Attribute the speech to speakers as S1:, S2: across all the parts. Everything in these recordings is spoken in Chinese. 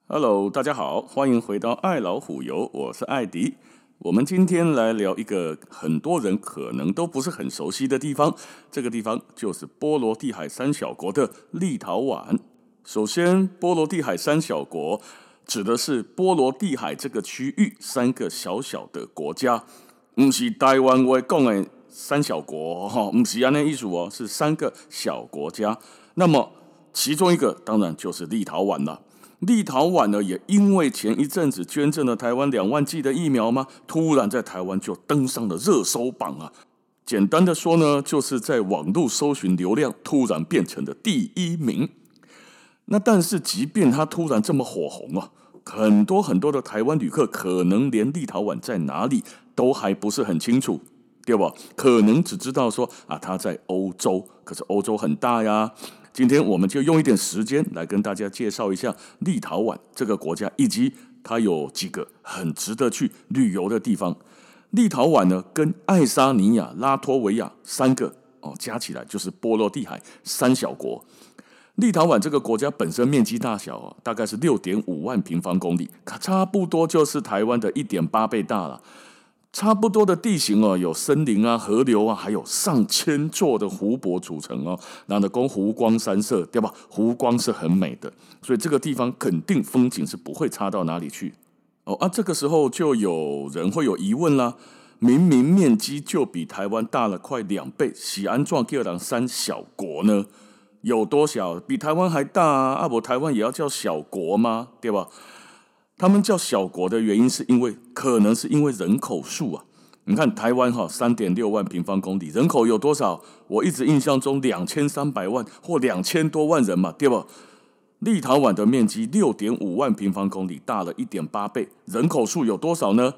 S1: Hello，大家好，欢迎回到爱老虎游，我是艾迪。我们今天来聊一个很多人可能都不是很熟悉的地方，这个地方就是波罗的海三小国的立陶宛。首先，波罗的海三小国指的是波罗的海这个区域三个小小的国家，不是台湾话讲的三小国哈，不是这样的意思哦，是三个小国家。那么其中一个当然就是立陶宛了。立陶宛呢，也因为前一阵子捐赠了台湾2万剂的疫苗嘛，突然在台湾就登上了热搜榜啊。简单的说呢，就是在网络搜寻流量突然变成了第1名。那但是即便他突然这么火红啊，很多的台湾旅客可能连立陶宛在哪里都还不是很清楚，对吧？可能只知道说啊，他在欧洲，可是欧洲很大呀。今天我们就用一点时间来跟大家介绍一下立陶宛这个国家，以及它有几个很值得去旅游的地方。立陶宛呢，跟爱沙尼亚、拉脱维亚三个加起来就是波罗的海三小国。立陶宛这个国家本身面积大小大概是6.5万平方公里，差不多就是台湾的1.8倍大了。差不多的地形有森林啊、河流啊，还有上千座的湖泊组成哦。那的公湖光山色，对吧？湖光是很美的，所以这个地方肯定风景是不会差到哪里去这个时候就有人会有疑问啦，明明面积就比台湾大了快2倍，是安怎叫人三小国呢？有多小？比台湾还大啊！不，台湾也要叫小国吗？对吧？他们叫小国的原因是可能是因为人口数啊。你看台湾3.6万平方公里，人口有多少？我一直印象中2300万或2000多万人嘛，对吧？立陶宛的面积6.5万平方公里，大了1.8倍，人口数有多少呢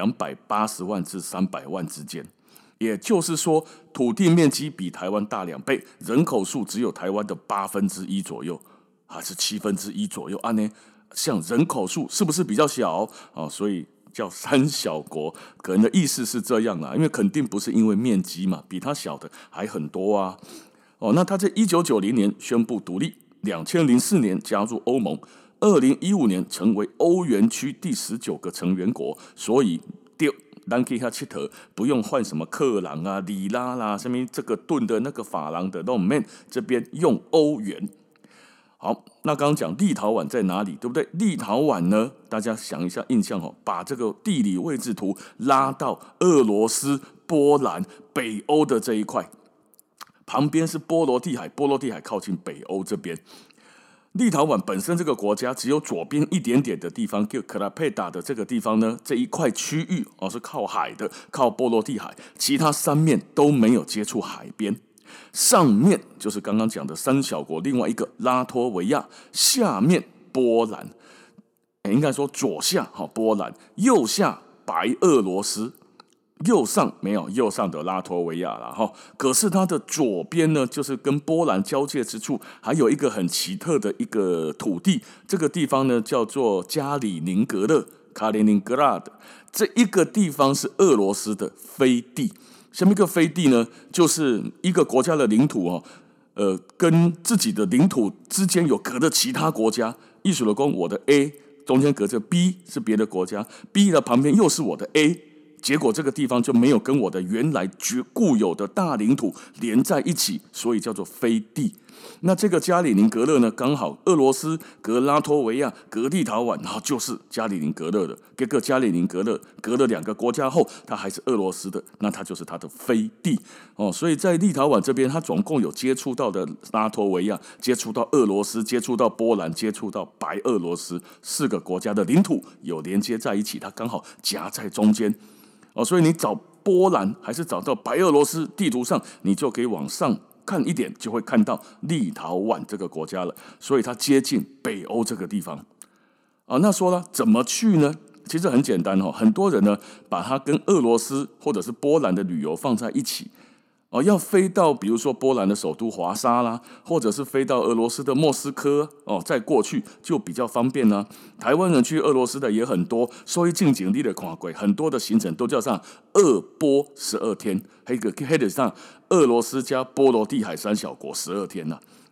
S1: ？280万至300万之间。也就是说，土地面积比台湾大2倍，人口数只有台湾的1/8左右，还是1/7左右呢？像人口数是不是比较小所以叫三小国，可能的意思是这样啦，因为肯定不是因为面积嘛，比它小的还很多啊。那它在1990年宣布独立，2004年加入欧盟，2015年成为欧元区第19个成员国，所以对，咱去遐佚佗不用换什么克朗啊、里拉啦，什么这个盾的那个法郎的都没，这边用欧元。好，那刚刚讲立陶宛在哪里，对不对？立陶宛呢，大家想一下印象把这个地理位置图拉到俄罗斯、波兰、北欧的这一块，旁边是波罗的海，波罗的海靠近北欧这边。立陶宛本身这个国家只有左边一点点的地方，叫克拉佩达的这个地方呢，这一块区域是靠海的，靠波罗的海，其他3面都没有接触海边。上面就是刚刚讲的三小国，另外一个拉脱维亚，下面波兰，应该说左下波兰，右下白俄罗斯，右上没有，右上的拉脱维亚啦可是它的左边呢，就是跟波兰交界之处，还有一个很奇特的一个土地，这个地方呢叫做加里宁格勒 （Kaliningrad）， 这一个地方是俄罗斯的飞地。什么一个飞地呢？就是一个国家的领土跟自己的领土之间有隔着其他国家。意思的说，我的 A 中间隔着 B 是别的国家 ，B 的旁边又是我的 A， 结果这个地方就没有跟我的原来固有的大领土连在一起，所以叫做飞地。那这个加里宁格勒呢，刚好俄罗斯隔拉脱维亚隔立陶宛，然后就是加里宁格勒的。这个加里宁格勒隔了2个国家后，它还是俄罗斯的，那它就是它的飞地所以在立陶宛这边，它总共有接触到的拉脱维亚，接触到俄罗斯，接触到波兰，接触到白俄罗斯4个国家的领土有连接在一起，它刚好夹在中间所以你找波兰还是找到白俄罗斯，地图上你就可以往上看一点，就会看到立陶宛这个国家了，所以它接近北欧这个地方那说了怎么去呢？其实很简单很多人呢把它跟俄罗斯或者是波兰的旅游放在一起要飞到比如说波兰的首都华沙啦，或者是飞到俄罗斯的莫斯科再过去就比较方便啦。台湾人去俄罗斯的也很多，所以近景你的看过很多的行程都叫上俄波12天，那个上俄罗斯加波罗的海三小国12天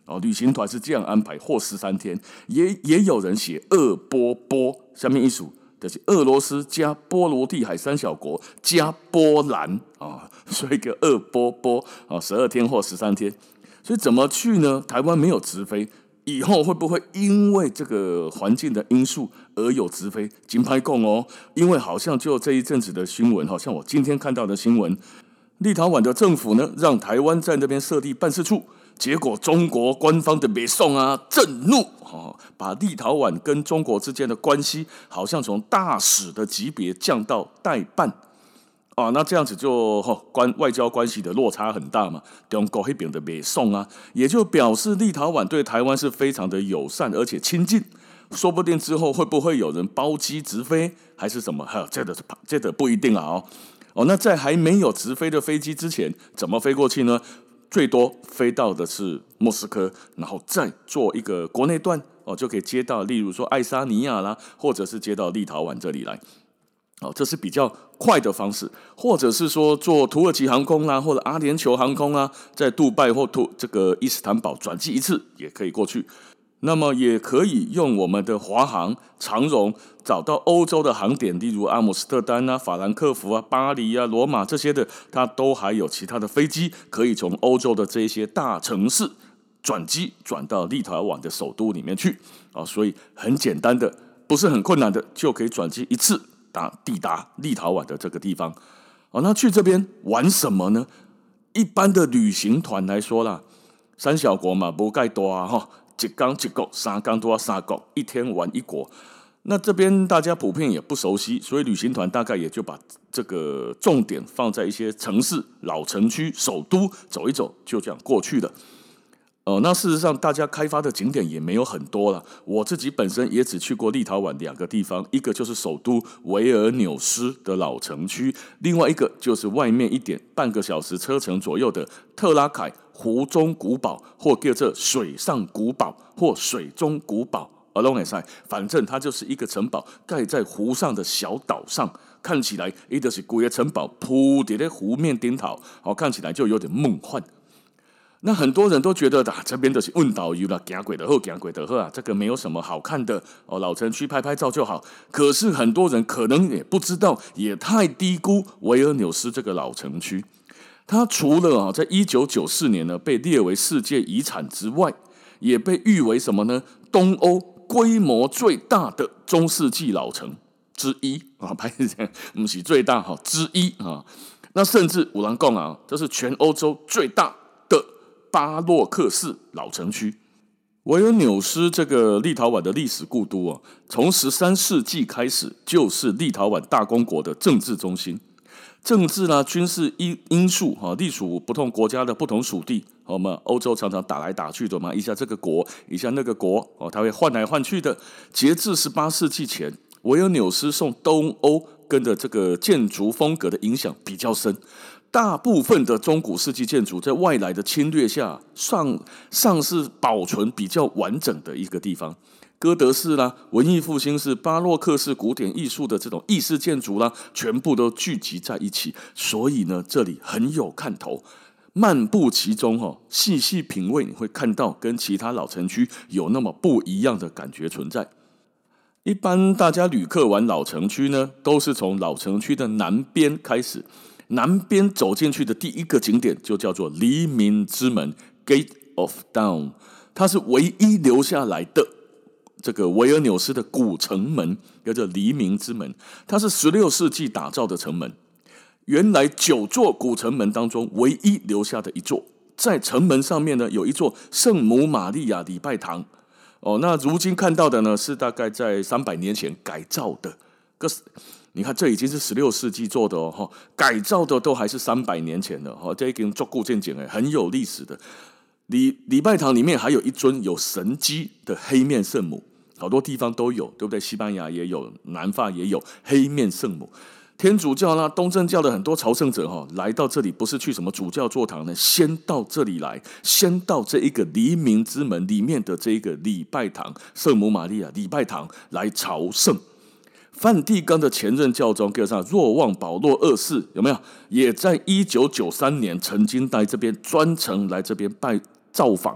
S1: 旅行团是这样安排，或13天，也有人写俄波波，下面一组就是俄罗斯加波罗的海三小国加波兰所以一个俄波波12天或13天，所以怎么去呢？台湾没有直飞，以后会不会因为这个环境的因素而有直飞？金牌共因为好像就这一阵子的新闻，好像我今天看到的新闻，立陶宛的政府呢让台湾在那边设立办事处。结果中国官方的北宋震怒把立陶宛跟中国之间的关系好像从大使的级别降到代办那这样子就外交关系的落差很大嘛。中国那边的北宋也就表示立陶宛对台湾是非常的友善而且亲近。说不定之后会不会有人包机直飞还是什么？这个不一定那在还没有直飞的飞机之前，怎么飞过去呢？最多飞到的是莫斯科，然后再做一个国内段就可以接到，例如说爱沙尼亚啦，或者是接到立陶宛这里来。这是比较快的方式，或者是说坐土耳其航空啦，或者阿联酋航空在杜拜或这个伊斯坦堡转机一次也可以过去。那么也可以用我们的华航、长荣找到欧洲的航点，例如阿姆斯特丹法兰克福巴黎罗马这些的，它都还有其他的飞机可以从欧洲的这些大城市转机转到立陶宛的首都里面去所以很简单的，不是很困难的，就可以转机一次抵达立陶宛的这个地方那去这边玩什么呢？一般的旅行团来说啦，三小国嘛，不太多一天一国，3天都要3国，一天玩一国。那这边大家普遍也不熟悉，所以旅行团大概也就把这个重点放在一些城市、老城区、首都走一走，就这样过去了。那事实上大家开发的景点也没有很多了。我自己本身也只去过立陶宛2个地方，一个就是首都维尔纽斯的老城区，另外一个就是外面一点半个小时车程左右的特拉凯湖中古堡，或叫做水上古堡或水中古堡，反正它就是一个城堡盖在湖上的小岛上，看起来它就是整个城堡铺在湖面顶头看起来就有点梦幻。那很多人都觉得这边就是问导游啦，行过就好，行过就好这个没有什么好看的老城区拍拍照就好。可是很多人可能也不知道，也太低估维尔纽斯这个老城区。它除了在1994年呢被列为世界遗产之外，也被誉为什么呢？东欧规模最大的中世纪老城之一不是最大之一那甚至有人说这是全欧洲最大的巴洛克式老城区。维尔纽斯这个立陶宛的历史故都从13世纪开始就是立陶宛大公国的政治中心。政治军事因素隶属不同国家的不同属地。我们欧洲常常打来打去的嘛，一下这个国，一下那个国它会换来换去的。截至18世纪前，维尔纽斯受东欧跟的这个建筑风格的影响比较深。大部分的中古世纪建筑在外来的侵略下，尚是保存比较完整的一个地方。哥德式啦、文艺复兴式、巴洛克式古典艺术的这种意式建筑啦，全部都聚集在一起，所以呢，这里很有看头。漫步其中细细品味，你会看到跟其他老城区有那么不一样的感觉存在。一般大家旅客玩老城区呢，都是从老城区的南边开始。南边走进去的第一个景点就叫做黎明之门 Gate of Dawn， 它是唯一留下来的这个维尔纽斯的古城门，叫做黎明之门。它是16世纪打造的城门，原来9座古城门当中唯一留下的一座。在城门上面呢，有一座圣母玛利亚礼拜堂那如今看到的呢，是大概在300年前改造的。你看，这已经是16世纪做的改造的都还是300年前的这已经足够见解很有历史的。礼拜堂里面还有一尊有神迹的黑面圣母，好多地方都有，对不对？西班牙也有，南法也有黑面圣母。天主教啦、东正教的很多朝圣者来到这里，不是去什么主教座堂呢，先到这里来，先到这一个黎明之门里面的这一个礼拜堂，圣母玛利亚礼拜堂来朝圣。梵蒂冈的前任教宗叫上若望保禄2世，有没有？也在1993年曾经来这边专程来这边造访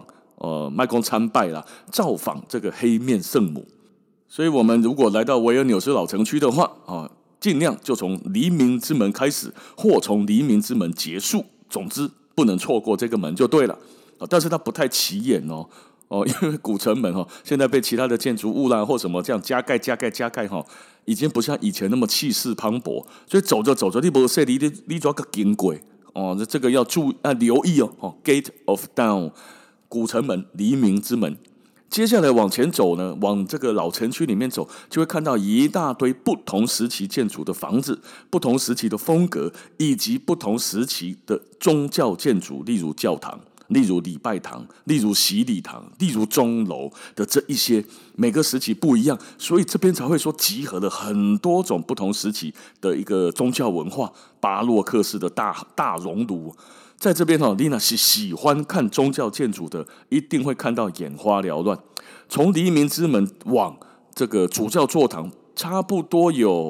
S1: 麦公参拜啦，造访这个黑面圣母。所以我们如果来到维尔纽斯老城区的话尽量就从黎明之门开始，或从黎明之门结束，总之不能错过这个门就对了。但是它不太起眼因为古城门现在被其他的建筑物啦或什么这样加盖已经不像以前那么气势磅礴，所以走着走着你不说你就要经过这个要留意Gate of Dawn 古城门，黎明之门。接下来往前走呢，往这个老城区里面走，就会看到一大堆不同时期建筑的房子，不同时期的风格，以及不同时期的宗教建筑，例如教堂，例如礼拜堂，例如洗礼堂，例如钟楼的这一些，每个时期不一样，所以这边才会说集合了很多种不同时期的一个宗教文化，巴洛克式的大熔炉。在这边你那是喜欢看宗教建筑的，一定会看到眼花缭乱。从黎明之门往这个主教座堂，差不多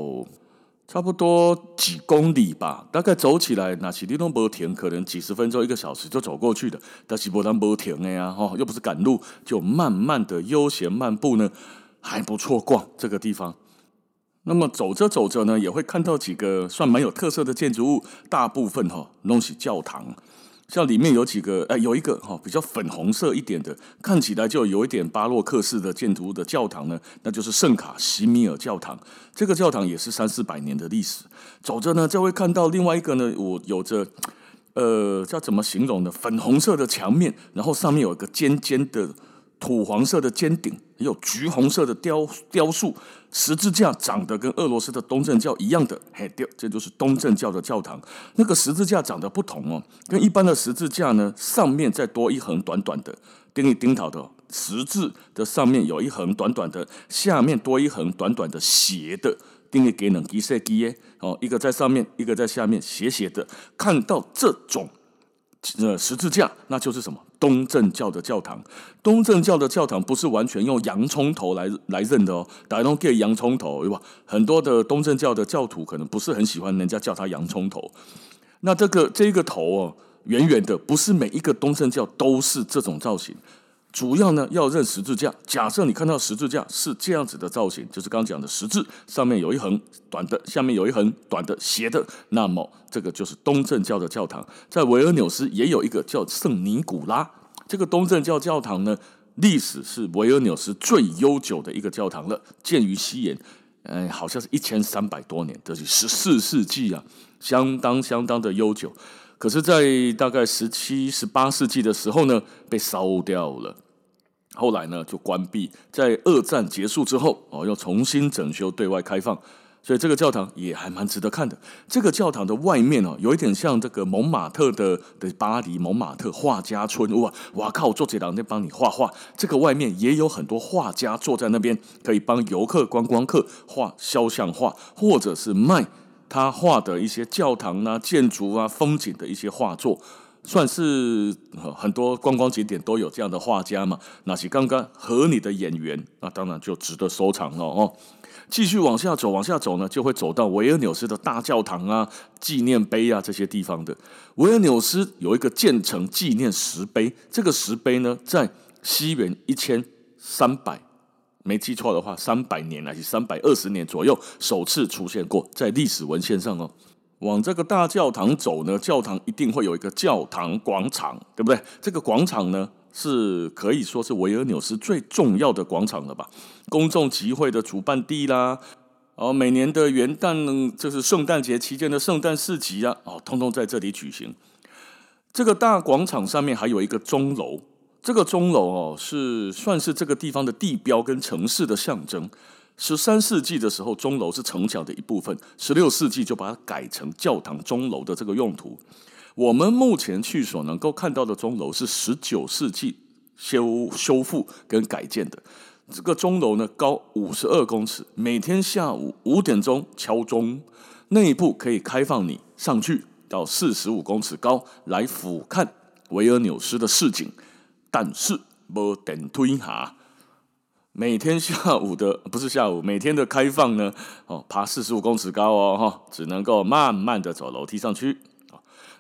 S1: 几公里吧，大概走起来，那是你都没停，可能几十分钟、1个小时就走过去的，但是没停的呀，又不是赶路，就慢慢的悠闲漫步呢，还不错逛这个地方。那么走着走着呢，也会看到几个算蛮有特色的建筑物，大部分都是教堂。像里面有几个，有一个比较粉红色一点的，看起来就有一点巴洛克式的建筑物的教堂呢，那就是圣卡西米尔教堂。这个教堂也是300-400年的历史。走着呢，就会看到另外一个呢，我有着叫怎么形容呢？粉红色的墙面，然后上面有一个尖尖的土黄色的尖顶，也有橘红色的雕塑，十字架长得跟俄罗斯的东正教一样的，这就是东正教的教堂。那个十字架长得不同跟一般的十字架呢，上面再多一横短短的，顶头的十字的上面有一横短短的，下面多一横短短的斜的，定义给两支设计的一个在上面，一个在下面，斜斜的。看到这种十字架，那就是什么？东正教的教堂。东正教的教堂不是完全用洋葱头来认的大家都叫洋葱头，对吧？很多的东正教的教徒可能不是很喜欢人家叫他洋葱头。那这个头圆圆的，不是每一个东正教都是这种造型。主要呢要认十字架，假设你看到十字架是这样子的造型，就是刚刚讲的十字，上面有一横短的，下面有一横短的斜的，那么这个就是东正教的教堂。在维尔纽斯也有一个叫圣尼古拉，这个东正教教堂呢，历史是维尔纽斯最悠久的一个教堂了，建于西元好像是1300多年，这是14世纪相当的悠久。可是在大概17、18世纪的时候呢，被烧掉了。后来呢就关闭，在二战结束之后又重新整修对外开放，所以这个教堂也还蛮值得看的。这个教堂的外面有一点像这个蒙马特的巴黎蒙马特画家村，哇靠，做这人在帮你画画。这个外面也有很多画家坐在那边，可以帮游客观光客画肖像画，或者是卖他画的一些教堂建筑风景的一些画作，算是很多观光景点都有这样的画家嘛。那是刚刚合你的眼缘，那当然就值得收藏了继续往下走呢，就会走到维尔纽斯的大教堂纪念碑这些地方的。维尔纽斯有一个建成纪念石碑，这个石碑呢，在西元1300。没记错的话，300年还是320年左右，首次出现过在历史文献上往这个大教堂走呢，教堂一定会有一个教堂广场，对不对？这个广场呢，是可以说是维尔纽斯最重要的广场了吧？公众集会的主办地啦，每年的元旦就是圣诞节期间的圣诞市集通通在这里举行。这个大广场上面还有一个钟楼。这个钟楼算是这个地方的地标跟城市的象征。13世纪的时候，钟楼是城墙的一部分；16世纪就把它改成教堂钟楼的这个用途。我们目前去所能够看到的钟楼是19世纪修复跟改建的。这个钟楼呢，高52公尺，每天下午5点钟敲钟，内部可以开放你上去到45公尺高来俯瞰维尔纽斯的市景。但是没电梯下，每天每天的开放呢，爬45公尺高只能够慢慢的走楼梯上去。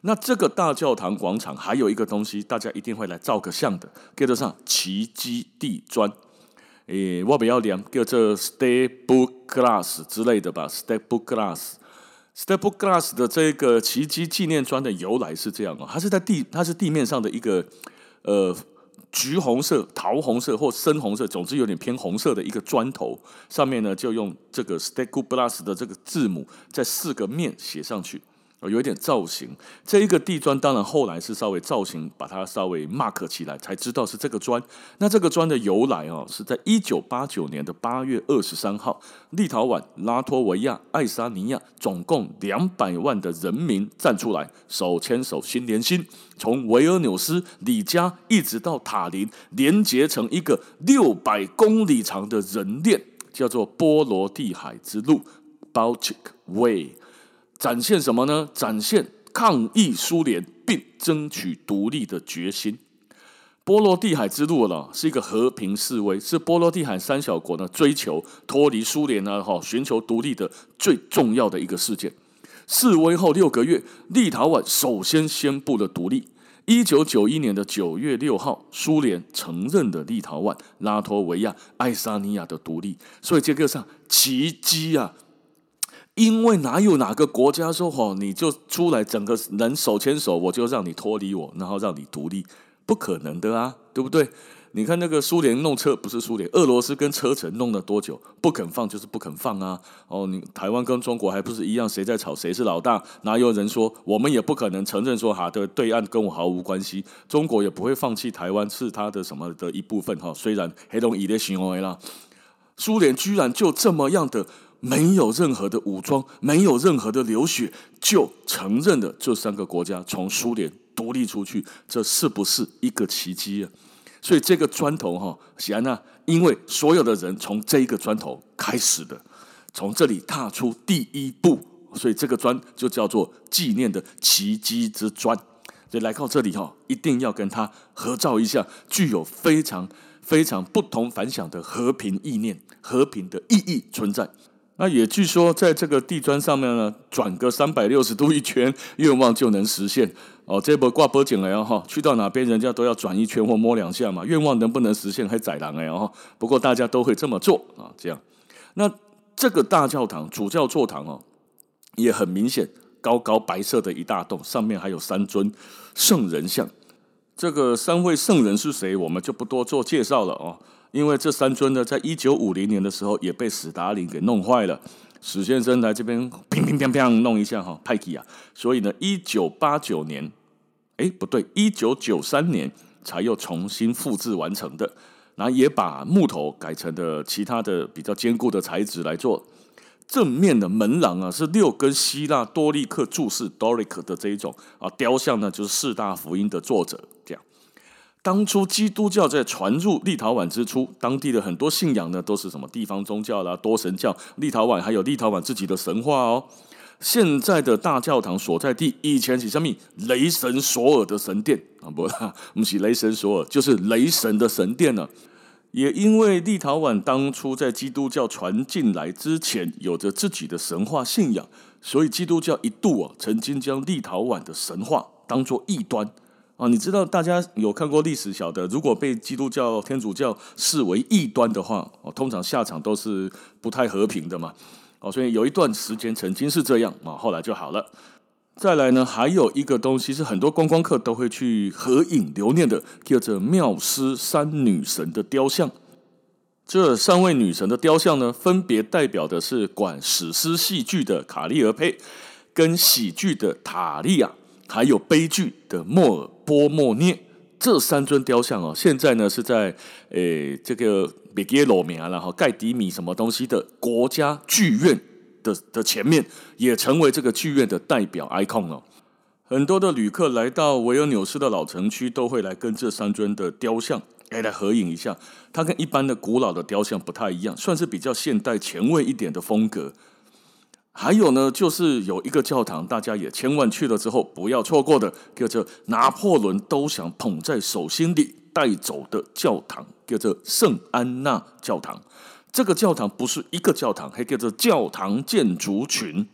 S1: 那这个大教堂广场还有一个东西，大家一定会来照个相的，叫做啥？奇迹地砖。我不要念，叫做 Stable Glass 之类的吧 ，Stable Glass。Stable Glass 的这个奇迹纪念砖的由来是这样哦，它是地面上的一个橘红色、桃红色或深红色，总之有点偏红色的一个砖头，上面呢就用这个 Stable Glass 的这个字母在4个面写上去。有一点造型，这一个地砖当然后来是稍微造型把它稍微 mark 起来，才知道是这个砖。那这个砖的由来是在1989年的8月23号，立陶宛、拉脱维亚、爱沙尼亚总共200万的人民站出来，手牵手心连心，从维尔纽斯、里加一直到塔林，连结成一个600公里长的人链，叫做波罗的海之路 （Baltic Way）。展现什么呢？展现抗议苏联并争取独立的决心。波罗的海之路是一个和平示威，是波罗的海三小国呢追求脱离苏联寻求独立的最重要的一个事件。示威后6个月，立陶宛首先宣布了独立。1991年的9月6号，苏联承认了立陶宛、拉脱维亚、爱沙尼亚的独立。所以这个上奇迹啊！因为哪有哪个国家说你就出来整个人手牵手，我就让你脱离我，然后让你独立，不可能的啊，对不对？你看那个苏联弄车，不是苏联，俄罗斯跟车臣弄了多久？不肯放就是不肯放啊！你台湾跟中国还不是一样，谁在吵谁是老大？哪有人说我们也不可能承认说对岸跟我毫无关系，中国也不会放弃台湾是他的什么的一部分虽然黑龙江的行为啦，苏联居然就这么样的。没有任何的武装，没有任何的流血，就承认了这3个国家从苏联独立出去，这是不是一个奇迹啊？所以这个砖头显然因为所有的人从这一个砖头开始的，从这里踏出第一步，所以这个砖就叫做纪念的奇迹之砖。所以来到这里一定要跟他合照一下，具有非常非常不同凡响的和平意念、和平的意义存在。那也据说，在这个地砖上面呢，转个360度一圈，愿望就能实现。这波挂波景了去到哪边人家都要转一圈或摸2下嘛，愿望能不能实现还宰狼不过大家都会这么做这样。那这个大教堂主教座堂也很明显，高高白色的一大栋，上面还有3尊圣人像。这个3位圣人是谁，我们就不多做介绍了因为这3尊呢，在1950年的时候也被史达林给弄坏了。史先生来这边乒乒乓乓弄一下派去啊，所以呢，1989年，不对，1993年才又重新复制完成的。然后也把木头改成的其他的比较坚固的材质来做。正面的门廊是6根希腊多利克柱式 Doric 的这一种雕像呢，就是4大福音的作者这样。当初基督教在传入立陶宛之初，当地的很多信仰呢都是什么地方宗教啦、多神教，立陶宛还有立陶宛自己的神话现在的大教堂所在地以前是什么？雷神索尔的神殿不是雷神索尔，就是雷神的神殿呢。也因为立陶宛当初在基督教传进来之前，有着自己的神话信仰，所以基督教一度曾经将立陶宛的神话当作异端你知道，大家有看过历史晓得，如果被基督教、天主教视为异端的话通常下场都是不太和平的嘛所以有一段时间曾经是这样后来就好了。再来呢，还有一个东西是很多观光客都会去合影留念的，叫做妙思3女神的雕像。这3位女神的雕像呢，分别代表的是管史诗戏剧的卡利俄佩，跟喜剧的塔利亚，还有悲剧的莫尔波莫涅。这3尊雕像现在呢是在这个别给罗名盖迪米什么东西的国家剧院的前面，也成为这个剧院的代表 icon 很多的旅客来到维尔纽斯的老城区，都会来跟这3尊的雕像来合影一下。它跟一般的古老的雕像不太一样，算是比较现代前卫一点的风格。还有呢，就是有一个教堂，大家也千万去了之后不要错过的，叫做拿破仑都想捧在手心里带走的教堂，叫做圣安娜教堂。这个教堂不是一个教堂，还叫做教堂建筑群。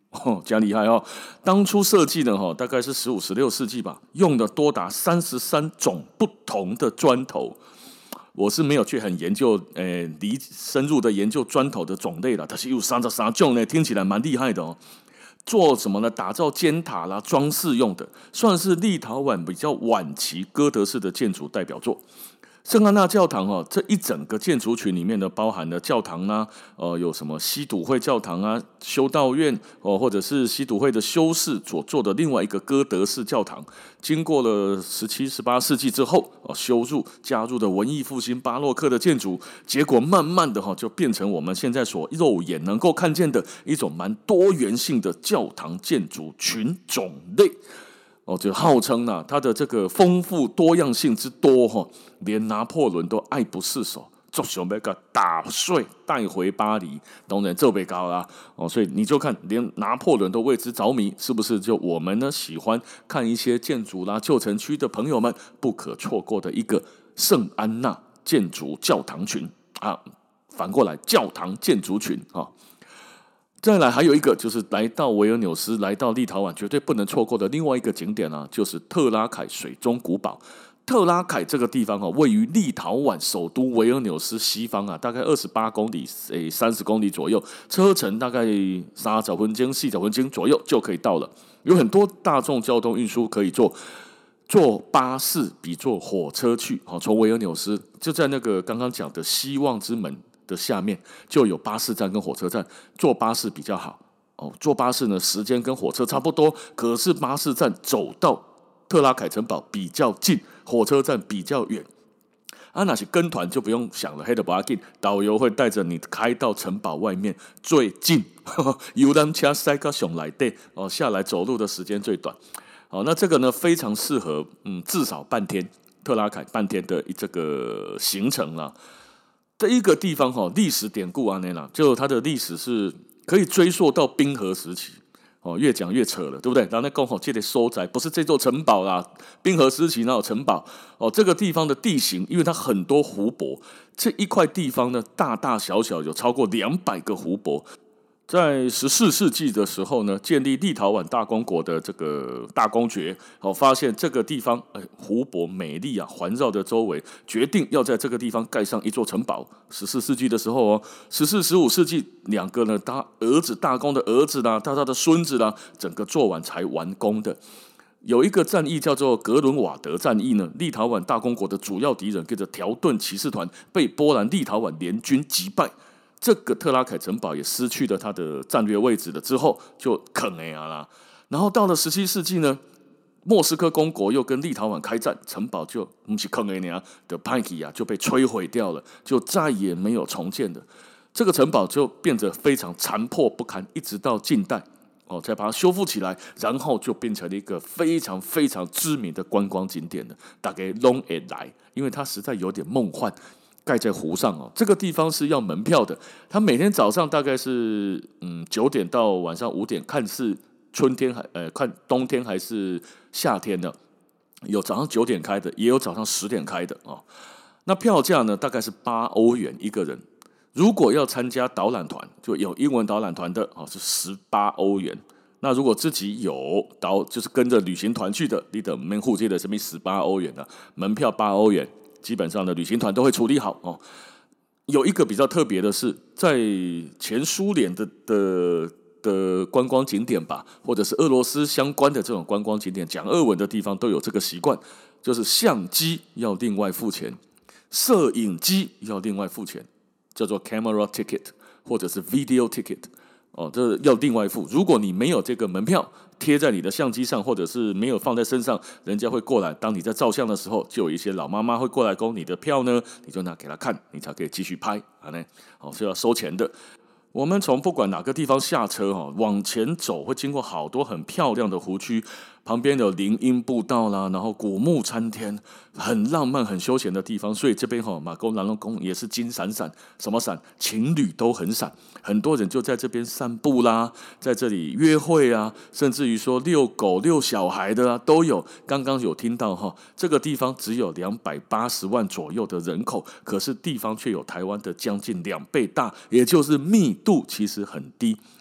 S1: 加厉害哦！当初设计呢，大概是15、16世纪吧，用的多达33种不同的砖头。我是没有去很研究，深入的研究砖头的种类了，但是有33种呢，听起来蛮厉害的哦。做什么呢？打造尖塔啦，装饰用的，算是立陶宛比较晚期哥德式的建筑代表作。圣安娜教堂这一整个建筑群里面呢，包含了教堂啦，有什么西笃会教堂啊、修道院或者是西笃会的修士所做的另外一个哥德式教堂，经过了17、18世纪之后修入加入的文艺复兴、巴洛克的建筑，结果慢慢的就变成我们现在所肉眼能够看见的一种蛮多元性的教堂建筑群种类。就号称它的这个丰富多样性之多连拿破仑都爱不释手，就想要给打碎带回巴黎，当然这被高啦所以你就看连拿破仑都为之着迷，是不是？就我们呢喜欢看一些建筑啦，旧城区的朋友们不可错过的一个圣安娜建筑教堂群反过来教堂建筑群再来还有一个就是来到维尔纽斯、来到立陶宛绝对不能错过的另外一个景点就是特拉凯水中古堡。特拉凯这个地方位于立陶宛首都维尔纽斯西方大概28公里30公里左右，车程大概30分钟40分钟左右就可以到了。有很多大众交通运输可以坐巴士比坐火车去从维尔纽斯就在那个刚刚讲的希望之门的下面就有巴士站跟火车站，坐巴士比较好坐巴士呢时间跟火车差不多，可是巴士站走到特拉凯城堡比较近，火车站比较远那是跟团就不用想了，黑的不要紧，导游会带着你开到城堡外面最近游览车塞到上来的下来走路的时间最短那这个呢非常适合至少半天，特拉凯半天的这个行程啦。这一个地方历史典故就它的历史是可以追溯到冰河时期越讲越扯了，对不对？然后刚好这里收窄不是这座城堡啦，冰河时期哪有城堡这个地方的地形，因为它很多湖泊，这一块地方呢大大小小有超过200个湖泊。在14世纪的时候呢，建立立陶宛大公国的这个大公爵发现这个地方湖泊美丽环绕的周围，决定要在这个地方盖上一座城堡。14世纪的时候14、15世纪两个呢，他儿子大公的儿子啦，他的孙子啦，整个做完才完工的。有一个战役叫做格伦瓦德战役呢，立陶宛大公国的主要敌人跟着条顿骑士团被波兰立陶宛联军击败。这个特拉凯城堡也失去了它的战略位置了，之后就坑啦。然后到了17世纪呢，莫斯科公国又跟立陶宛开战，城堡就不是坑的派基就被摧毁掉了，就再也没有重建的。这个城堡就变得非常残破不堪，一直到近代才把它修复起来，然后就变成了一个非常非常知名的观光景点了。大家都会来，因为它实在有点梦幻。盖在湖上这个地方是要门票的。它每天早上大概是9点到晚上5点，看是春天看冬天还是夏天的，有早上9点开的，也有早上10点开的那票价呢大概是8欧元一个人。如果要参加导览团，就有英文导览团的是18欧元。那如果自己有就是跟着旅行团去的，你的门户记得什么18欧元门票8欧元。基本上的旅行团都会处理好有一个比较特别的是，在前苏联的观光景点吧，或者是俄罗斯相关的这种观光景点，讲俄文的地方都有这个习惯，就是相机要另外付钱，摄影机要另外付钱，叫做 camera ticket 或者是 video ticket这要另外付。如果你没有这个门票贴在你的相机上，或者是没有放在身上，人家会过来，当你在照相的时候，就有一些老妈妈会过来说你的票呢，你就拿给他看，你才可以继续拍是要收钱的。我们从不管哪个地方下车往前走，会经过好多很漂亮的湖区，旁边有林荫步道啦，然后古木参天，很浪漫很休闲的地方。所以这边马公南龙宫也是金闪闪，什么闪？情侣都很闪，很多人就在这边散步啦，在这里约会甚至于说遛狗遛小孩的都有。刚刚有听到这个地方只有280万左右的人口，可是地方却有台湾的将近2倍大，也就是密度其实很低。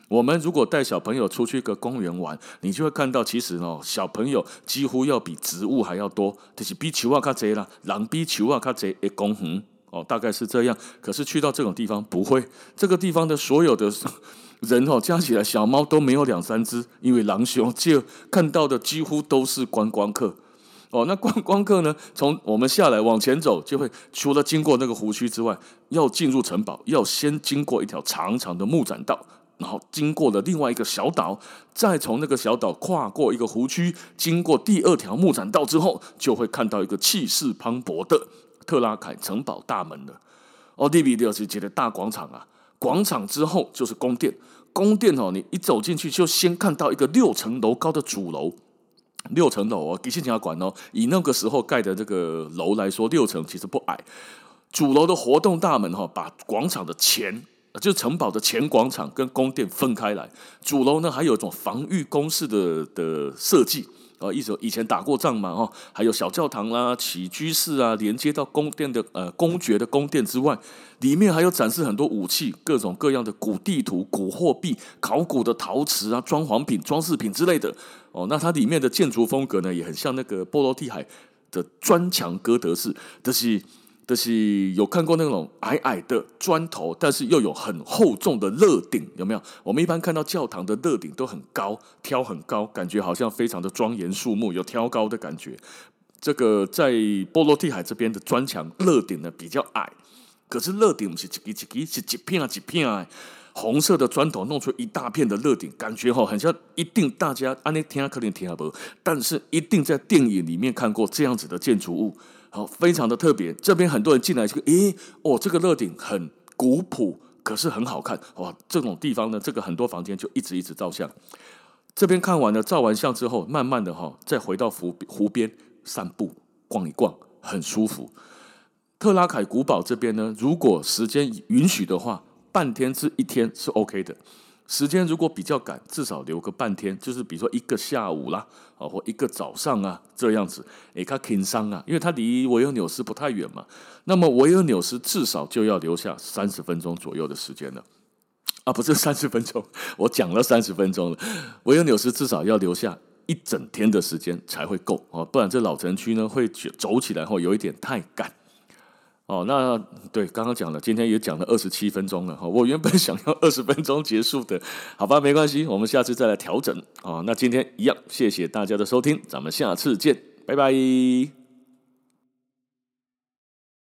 S1: 我们如果带小朋友出去一个公园玩，你就会看到，其实小朋友几乎要比植物还要多，就是比树啊较多啦，人比树啊较多的公园大概是这样。可是去到这种地方不会，这个地方的所有的人加起来，小猫都没有2-3只，因为狼熊就看到的几乎都是观光客。那观光客呢？从我们下来往前走，就会除了经过那个湖区之外，要进入城堡，要先经过一条长长的木栈道。然后经过了另外一个小岛，再从那个小岛跨过一个湖区，经过第2条木栈道之后，就会看到一个气势磅礴的特拉凯城堡大门了。第2是一个大广场啊，广场之后就是宫殿，宫殿你一走进去就先看到一个6层楼高的主楼。6层楼其实很管以那个时候盖的这个楼来说，6层其实不矮。主楼的活动大门把广场的前。就是城堡的前广场跟宫殿分开来，主楼呢还有一种防御工事的设计以前打过仗嘛还有小教堂啦、起居室啊，连接到宫殿的公爵的宫殿之外，里面还有展示很多武器、各种各样的古地图、古货币、考古的陶瓷啊、装潢品、装饰品之类的那它里面的建筑风格呢，也很像那个波罗的海的砖墙哥德式，就是有看过那种矮矮的砖头，但是又有很厚重的勒顶，有没有？我们一般看到教堂的勒顶都很高，挑很高，感觉好像非常的庄严肃穆，有挑高的感觉。这个在波罗的海这边的砖墙勒顶呢比较矮，可是勒顶不是一支一支，是一片一片的红色的砖头弄出一大片的勒顶，感觉很像一定大家这样听可能听不，但是一定在电影里面看过这样子的建筑物。好，非常的特别。这边很多人进来就这个勒顶很古朴，可是很好看哇！这种地方呢，这个很多房间就一直照相。这边看完了照完相之后，慢慢的再回到湖边散步逛一逛，很舒服。特拉凯古堡这边呢，如果时间允许的话，半天至1天是 OK 的。时间如果比较赶，至少留个半天，就是比如说1个下午啦，或1个早上啊，这样子，比较轻松啊，因为它离维尔纽斯不太远嘛。那么维尔纽斯至少就要留下30分钟左右的时间了。不是30分钟，我讲了30分钟了。维尔纽斯至少要留下1整天的时间才会够不然这老城区呢会走起来有一点太赶。那对，刚刚讲了，今天也讲了27分钟了我原本想要20分钟结束的，好吧，没关系，我们下次再来调整那今天一样，谢谢大家的收听，咱们下次见，拜拜。